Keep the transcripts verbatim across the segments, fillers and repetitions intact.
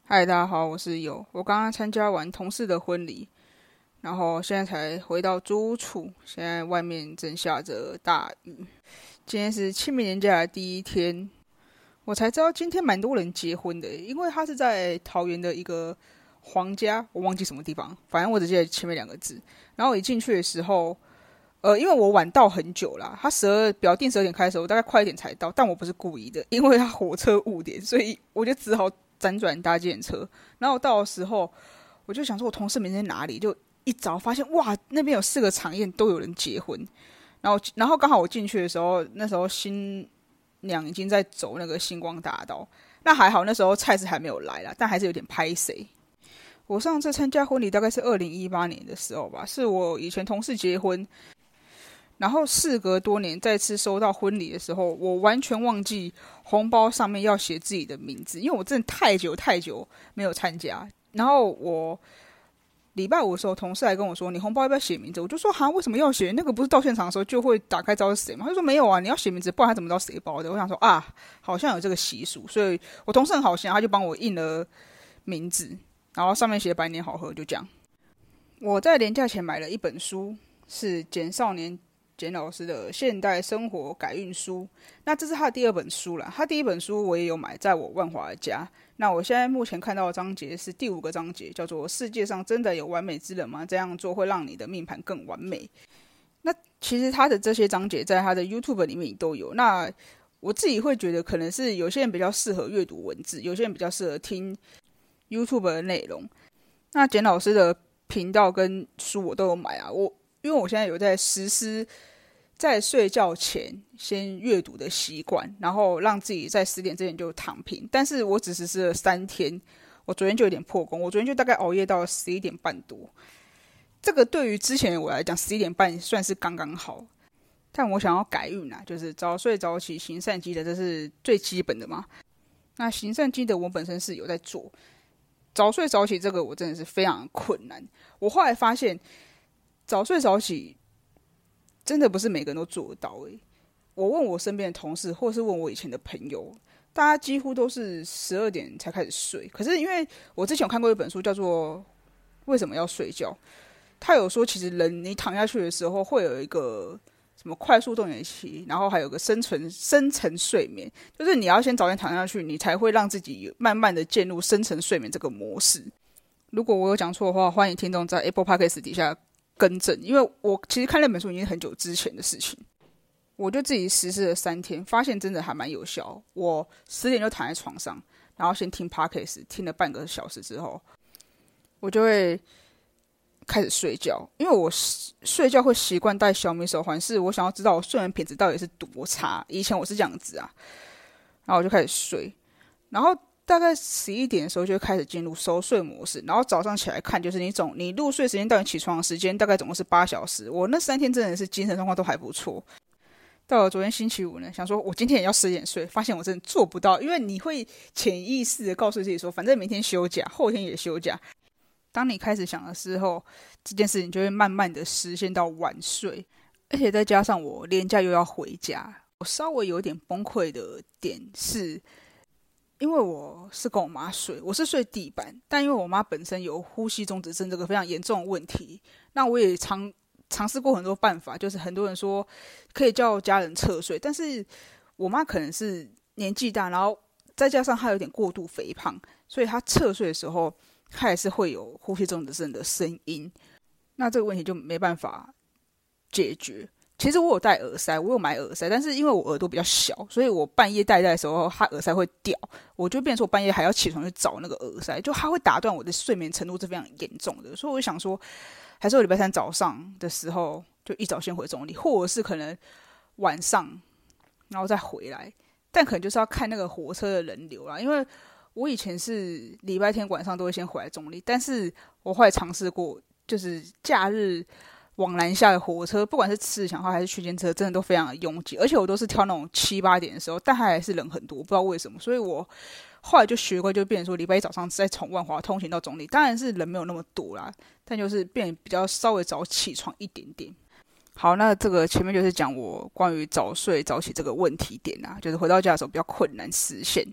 嗨，大家好，我是友。我刚刚参加完同事的婚礼，然后现在才回到租屋处，现在外面正下着大雨。今天是清明年假的第一天，我才知道今天蛮多人结婚的，因为他是在桃园的一个皇家，我忘记什么地方，反正我只记得前面两个字。然后我一进去的时候，呃，因为我晚到很久啦，他十二表定十二点开始，我大概快一点才到，但我不是故意的，因为他火车误点，所以我就只好辗转搭计程车。然后我到的时候，我就想说我同事们在哪里，就一早发现哇，那边有四个场宴都有人结婚。然后，然后刚好我进去的时候，那时候新娘已经在走那个星光大道。那还好，那时候菜子还没有来啦，但还是有点拍谁。我上次参加婚礼大概是二零一八年的时候吧，是我以前同事结婚，然后事隔多年再次收到婚礼的时候，我完全忘记红包上面要写自己的名字，因为我真的太久太久没有参加。然后我礼拜五的时候，同事还跟我说：“你红包要不要写名字？”我就说：“哈，为什么要写？那个不是到现场的时候就会打开知道是谁吗？”他就说：“没有啊，你要写名字，不然他怎么知道谁包的？”我想说啊，好像有这个习俗，所以我同事很好心，他就帮我印了名字，然后上面写"百年好合"，就这样。我在年假前买了一本书，是简少年简老师的《现代生活改运书》，那这是他的第二本书啦。他第一本书我也有买，在我万华的家。那我现在目前看到的章节是第五个章节，叫做“世界上真的有完美之人吗？这样做会让你的命盘更完美。”那其实他的这些章节在他的 YouTube 里面都有。那我自己会觉得，可能是有些人比较适合阅读文字，有些人比较适合听 YouTube 的内容。那简老师的频道跟书我都有买啊，我因为我现在有在实施在睡觉前先阅读的习惯，然后让自己在十点之前就躺平。但是我只实施了三天，我昨天就有点破功，我昨天就大概熬夜到十一点半多。这个对于之前的我来讲，十一点半算是刚刚好。但我想要改运啊，就是早睡早起、行善积德，这是最基本的嘛。那行善积德我本身是有在做，早睡早起这个我真的是非常困难。我后来发现，早睡早起真的不是每个人都做得到诶、欸。我问我身边的同事，或是问我以前的朋友，大家几乎都是十二点才开始睡。可是因为我之前有看过一本书，叫做《为什么要睡觉》，他有说，其实人你躺下去的时候，会有一个什么快速动眼期，然后还有个深层深层睡眠，就是你要先早点躺下去，你才会让自己慢慢的进入深层睡眠这个模式。如果我有讲错的话，欢迎听众在 Apple Podcast 底下更正，因为我其实看那本书已经很久之前的事情。我就自己实施了三天，发现真的还蛮有效。我十点就躺在床上，然后先听 Podcast， 听了半个小时之后，我就会开始睡觉。因为我睡觉会习惯戴小米手环，是我想要知道我睡眠品质到底是多差。以前我是这样子啊，然后我就开始睡，然后大概十一点的时候就会开始进入熟睡模式，然后早上起来看，就是你总你入睡时间到你起床的时间大概总共是八小时。我那三天真的是精神状况都还不错。到了昨天星期五呢，想说我今天也要十点睡，发现我真的做不到，因为你会潜意识的告诉自己说，反正明天休假，后天也休假。当你开始想的时候，这件事情就会慢慢的实现到晚睡，而且再加上我连假又要回家，我稍微有点崩溃的点是，因为我是跟我妈睡，我是睡地板，但因为我妈本身有呼吸中止症这个非常严重的问题，那我也尝尝试过很多办法，就是很多人说可以叫家人侧睡，但是我妈可能是年纪大，然后再加上她有点过度肥胖，所以她侧睡的时候，她还是会有呼吸中止症的声音，那这个问题就没办法解决。其实我有戴耳塞，我有买耳塞，但是因为我耳朵比较小，所以我半夜戴戴的时候，它耳塞会掉，我就变成说我半夜还要起床去找那个耳塞，就它会打断我的睡眠程度是非常严重的。所以我就想说，还是我礼拜三早上的时候就一早先回中立，或者是可能晚上然后再回来，但可能就是要看那个火车的人流啦。因为我以前是礼拜天晚上都会先回来中立，但是我后来尝试过，就是假日往南下的火车，不管是次强号还是区间车，真的都非常的拥挤，而且我都是挑那种七八点的时候，但它还是人很多，不知道为什么。所以我后来就学会，就变成说礼拜一早上再从万华通勤到中立，当然是人没有那么多啦，但就是变比较稍微早起床一点点。好，那这个前面就是讲我关于早睡早起这个问题点啊，就是回到家的时候比较困难实现。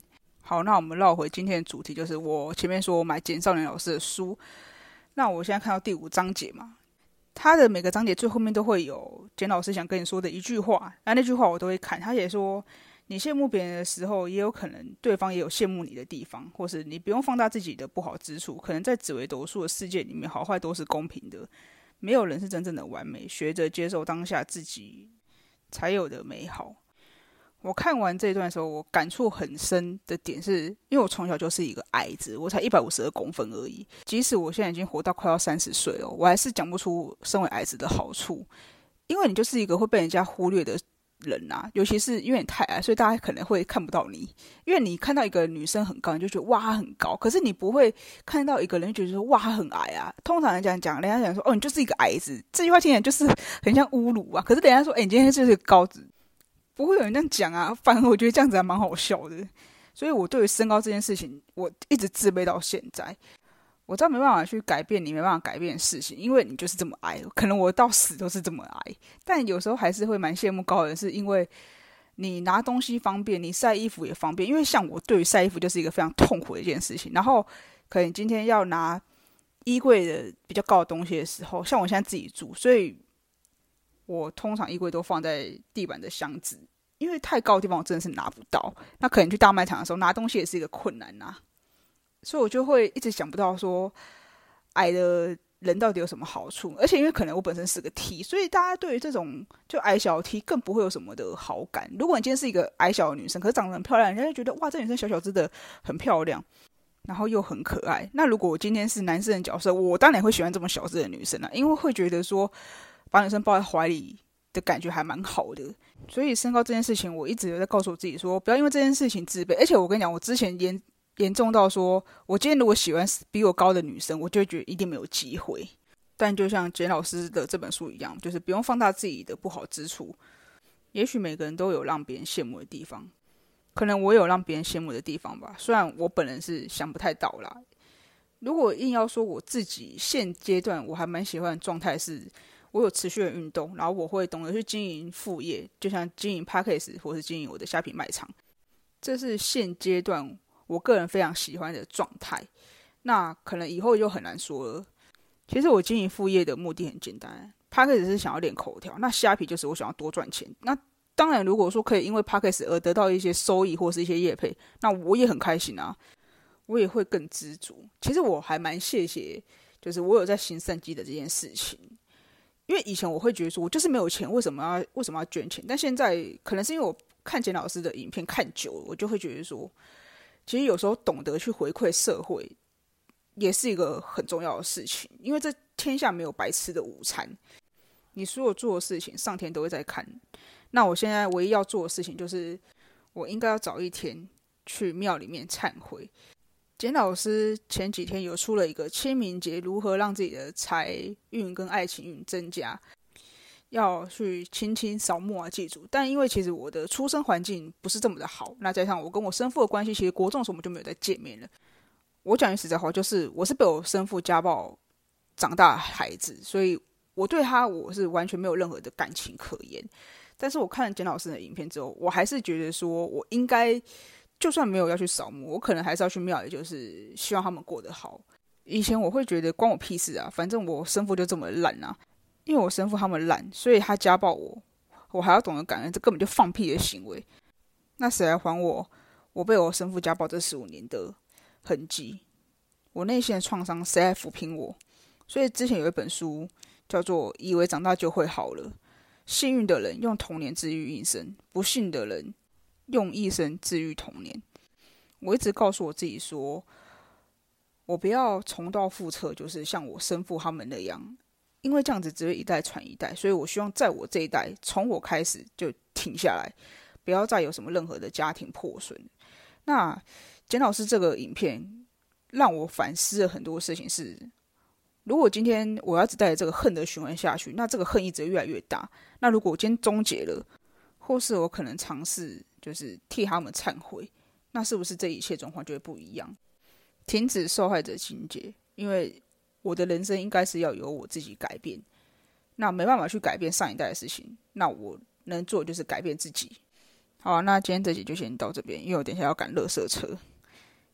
好，那我们绕回今天的主题，就是我前面说我买简少年老师的书，那我现在看到第五章节嘛，他的每个章节最后面都会有简老师想跟你说的一句话，那那句话我都会看。他也说，你羡慕别人的时候，也有可能对方也有羡慕你的地方，或是你不用放大自己的不好之处。可能在紫微斗数的世界里面，好坏都是公平的，没有人是真正的完美，学着接受当下自己才有的美好。我看完这一段的时候，我感触很深的点是，因为我从小就是一个矮子，我才一百五十二公分而已。即使我现在已经活到快要三十岁了，我还是讲不出身为矮子的好处。因为你就是一个会被人家忽略的人啊，尤其是因为你太矮，所以大家可能会看不到你。因为你看到一个女生很高，你就觉得哇她很高，可是你不会看到一个人就觉得说哇她很矮啊。通常人家讲，人家讲说哦你就是一个矮子，这句话听起来就是很像侮辱啊。可是人家说哎、欸、你今天就是个高子。不会有人这样讲啊，反而我觉得这样子还蛮好笑的。所以我对于身高这件事情，我一直自卑到现在。我知道没办法去改变你没办法改变的事情，因为你就是这么矮，可能我到死都是这么矮。但有时候还是会蛮羡慕高的人，是因为你拿东西方便，你晒衣服也方便。因为像我对于晒衣服就是一个非常痛苦的一件事情。然后可能今天要拿衣柜的比较高的东西的时候，像我现在自己住，所以我通常衣柜都放在地板的箱子，因为太高的地方我真的是拿不到。那可能去大卖场的时候拿东西也是一个困难啊，所以我就会一直想不到说矮的人到底有什么好处。而且因为可能我本身是个 T， 所以大家对于这种就矮小 T 更不会有什么的好感。如果你今天是一个矮小的女生，可是长得很漂亮，人家就觉得哇这女生小小只的很漂亮，然后又很可爱。那如果我今天是男生的角色，我当然会喜欢这么小只的女生啊，因为会觉得说把女生抱在怀里的感觉还蛮好的。所以身高这件事情，我一直有在告诉我自己说，不要因为这件事情自卑。而且我跟你讲，我之前严严重到说，我今天如果喜欢比我高的女生，我就会觉得一定没有机会。但就像简老师的这本书一样，就是不用放大自己的不好之处。也许每个人都有让别人羡慕的地方，可能我有让别人羡慕的地方吧，虽然我本人是想不太到啦。如果硬要说我自己现阶段我还蛮喜欢的状态是，我有持续的运动，然后我会懂得去经营副业，就像经营 Podcast 或是经营我的虾皮卖场，这是现阶段我个人非常喜欢的状态。那可能以后就很难说了。其实我经营副业的目的很简单， Podcast 是想要练口条，那虾皮就是我想要多赚钱。那当然如果说可以因为 Podcast 而得到一些收益或是一些业配，那我也很开心啊，我也会更知足。其实我还蛮谢谢就是我有在行善积的这件事情。因为以前我会觉得说我就是没有钱，为什么要为什么要捐钱？但现在可能是因为我看简老师的影片看久了，我就会觉得说其实有时候懂得去回馈社会也是一个很重要的事情。因为这天下没有白吃的午餐，你所有做的事情上天都会在看。那我现在唯一要做的事情就是我应该要早一天去庙里面忏悔。简老师前几天有出了一个清明节如何让自己的财运跟爱情运增加，要去清清扫墓啊祭祖。但因为其实我的出生环境不是这么的好，那加上我跟我生父的关系，其实国中的时候我们就没有再见面了。我讲句实在话，就是我是被我生父家暴长大的孩子，所以我对他我是完全没有任何的感情可言。但是我看了简老师的影片之后，我还是觉得说我应该就算没有要去扫墓，我可能还是要去庙里，就是希望他们过得好。以前我会觉得关我屁事啊，反正我生父就这么烂啊。因为我生父他们烂，所以他家暴我，我还要懂得感恩，这根本就放屁的行为。那谁来还我我被我生父家暴这十五年的痕迹？我内心的创伤谁来抚平我？所以之前有一本书叫做《以为长大就会好了》，幸运的人用童年治愈一生，不幸的人用一生治愈童年。我一直告诉我自己说，我不要重蹈覆辙，就是像我生父他们那样，因为这样子只会一代传一代。所以我希望在我这一代，从我开始就停下来，不要再有什么任何的家庭破损。那简老师这个影片让我反思了很多事情是，如果今天我要只带着这个恨的循环下去，那这个恨一直越来越大。那如果我今天终结了，或是我可能尝试就是替他们忏悔，那是不是这一切状况就会不一样？停止受害者情节，因为我的人生应该是要由我自己改变。那没办法去改变上一代的事情，那我能做的就是改变自己。好，那今天这集就先到这边，因为我等一下要赶垃圾车。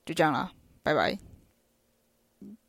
就这样啦，拜拜。